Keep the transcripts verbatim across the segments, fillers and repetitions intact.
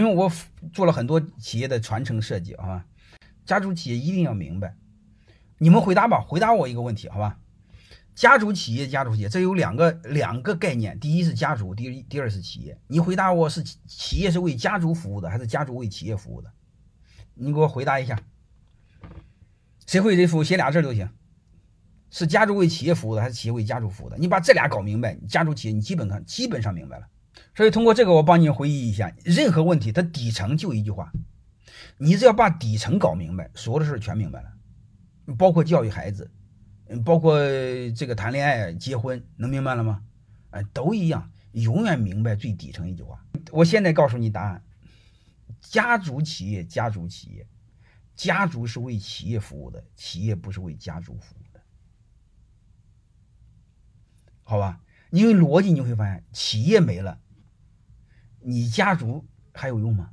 因为我做了很多企业的传承设计，好吧？家族企业一定要明白。你们回答吧，回答我一个问题，好吧？家族企业，家族企业，这有两个两个概念，第一是家族，第一第二是企业。你回答我是企业是为家族服务的，还是家族为企业服务的？你给我回答一下。谁会这服务？写俩字就行。是家族为企业服务的，还是企业为家族服务的？你把这俩搞明白，家族企业你基本上基本上明白了。所以通过这个，我帮你回忆一下，任何问题它底层就一句话，你只要把底层搞明白，所有的事全明白了，包括教育孩子，包括这个谈恋爱、结婚，能明白了吗？哎，都一样，永远明白最底层一句话。我现在告诉你答案：家族企业，家族企业，家族是为企业服务的，企业不是为家族服务的，好吧？因为逻辑你会发现，企业没了，你家族还有用吗？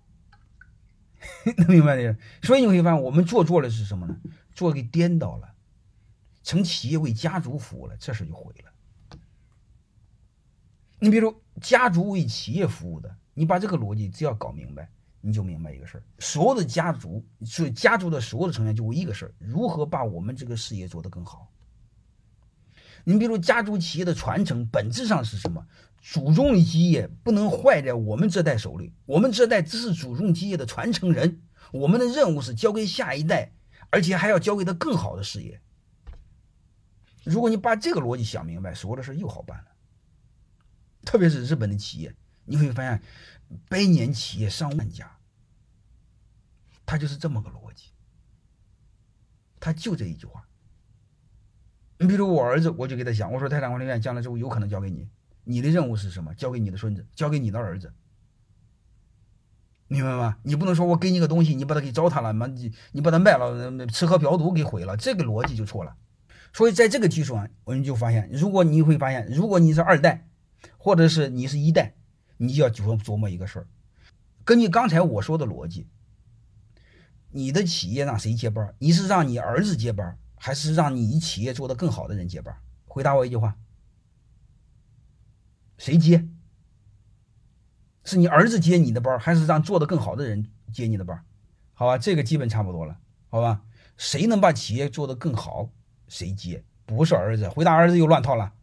能明白这个？所以你会发现，我们做做的是什么呢？做给颠倒了，成企业为家族服务了，这事就毁了。你比如家族为企业服务的，你把这个逻辑只要搞明白，你就明白一个事儿：所有的家族，所以家族的所有的成员就为一个事儿，如何把我们这个事业做得更好。你比如家族企业的传承，本质上是什么？祖宗的基业不能坏在我们这代手里，我们这代只是祖宗基业的传承人，我们的任务是交给下一代，而且还要交给他更好的事业。如果你把这个逻辑想明白，所有的事又好办了。特别是日本的企业，你会发现百年企业上万家，它就是这么个逻辑，它就这一句话。你比如我儿子，我就给他讲，我说泰山管理院将来之后有可能交给你，你的任务是什么？交给你的孙子，交给你的儿子，明白吗？你不能说我给你个东西，你把它给糟蹋了，你你把它卖了，吃喝嫖赌给毁了，这个逻辑就错了。所以在这个基础上，我们就发现，如果你会发现，如果你是二代，或者是你是一代，你就要琢琢磨一个事儿。根据刚才我说的逻辑，你的企业让谁接班？你是让你儿子接班，还是让你企业做得更好的人接班？回答我一句话，谁接？是你儿子接你的班，还是让做得更好的人接你的班？好吧，这个基本差不多了，好吧？谁能把企业做得更好，谁接，不是儿子。回答儿子又乱套了。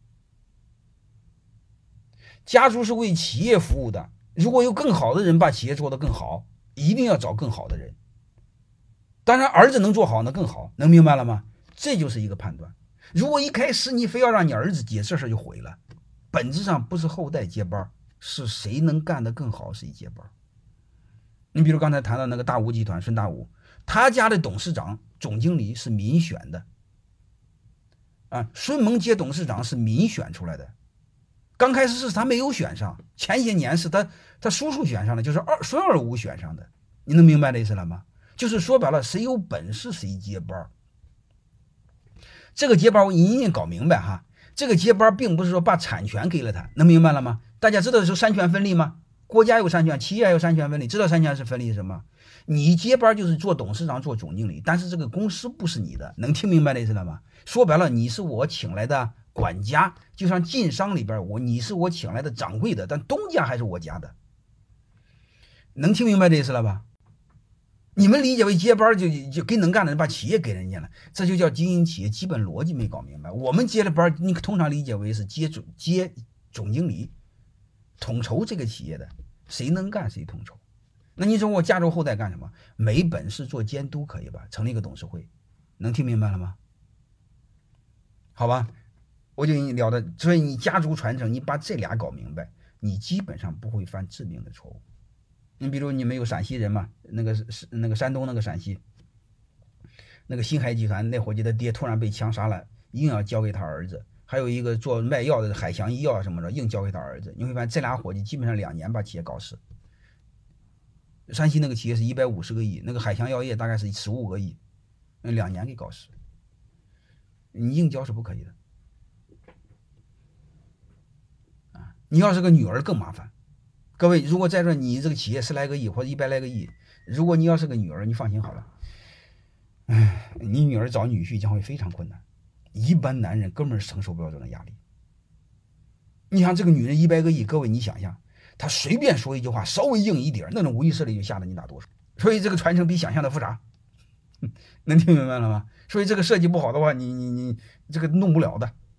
家族是为企业服务的，如果有更好的人把企业做得更好，一定要找更好的人。当然儿子能做好那更好，能明白了吗？这就是一个判断。如果一开始你非要让你儿子接，这事就毁了。本质上不是后代接班，是谁能干得更好谁接班。你比如刚才谈到那个大吴集团，孙大吴，他家的董事长总经理是民选的啊，孙蒙接董事长是民选出来的。刚开始是他没有选上，前些年是他他叔叔选上的，就是二孙二吴选上的。你能明白这意思了吗？就是说白了，谁有本事谁接班。这个接班我一定搞明白哈，这个接班并不是说把产权给了他，能明白了吗？大家知道是三权分立吗？国家有三权，企业有三权分立，知道三权是分立是什么？你接班就是做董事长做总经理，但是这个公司不是你的，能听明白这意思了吗？说白了，你是我请来的管家，就像晋商里边我你是我请来的掌柜的，但东家还是我家的，能听明白这意思了吧？你们理解为接班就就给能干的人把企业给人家了，这就叫经营企业基本逻辑没搞明白。我们接了班，你通常理解为是接总接总经理，统筹这个企业的，谁能干谁统筹。那你说我家族后代干什么？没本事做监督可以吧？成立一个董事会，能听明白了吗？好吧，我就跟你聊的，所以你家族传承，你把这俩搞明白，你基本上不会犯致命的错误。你比如你们有陕西人嘛，那个是那个山东那个陕西，那个新海集团那伙计的爹突然被枪杀了，硬要交给他儿子。还有一个做卖药的海翔医药什么的，硬交给他儿子。你会发现这俩伙计基本上两年把企业搞死。山西那个企业是一百五十个亿，那个海翔药业大概是十五个亿，两年给搞死。你硬交是不可以的啊！你要是个女儿更麻烦。各位，如果在这你这个企业十来个亿或者一百来个亿，如果你要是个女儿，你放心好了，唉，你女儿找女婿将会非常困难，一般男人根本承受不了这种压力。你想这个女人一百个亿，各位你想想， 他随便说一句话，稍微硬一点，那种无意识力就吓得你打哆嗦。所以这个传承比想象的复杂，能听明白了吗？所以这个设计不好的话，你你你这个弄不了的。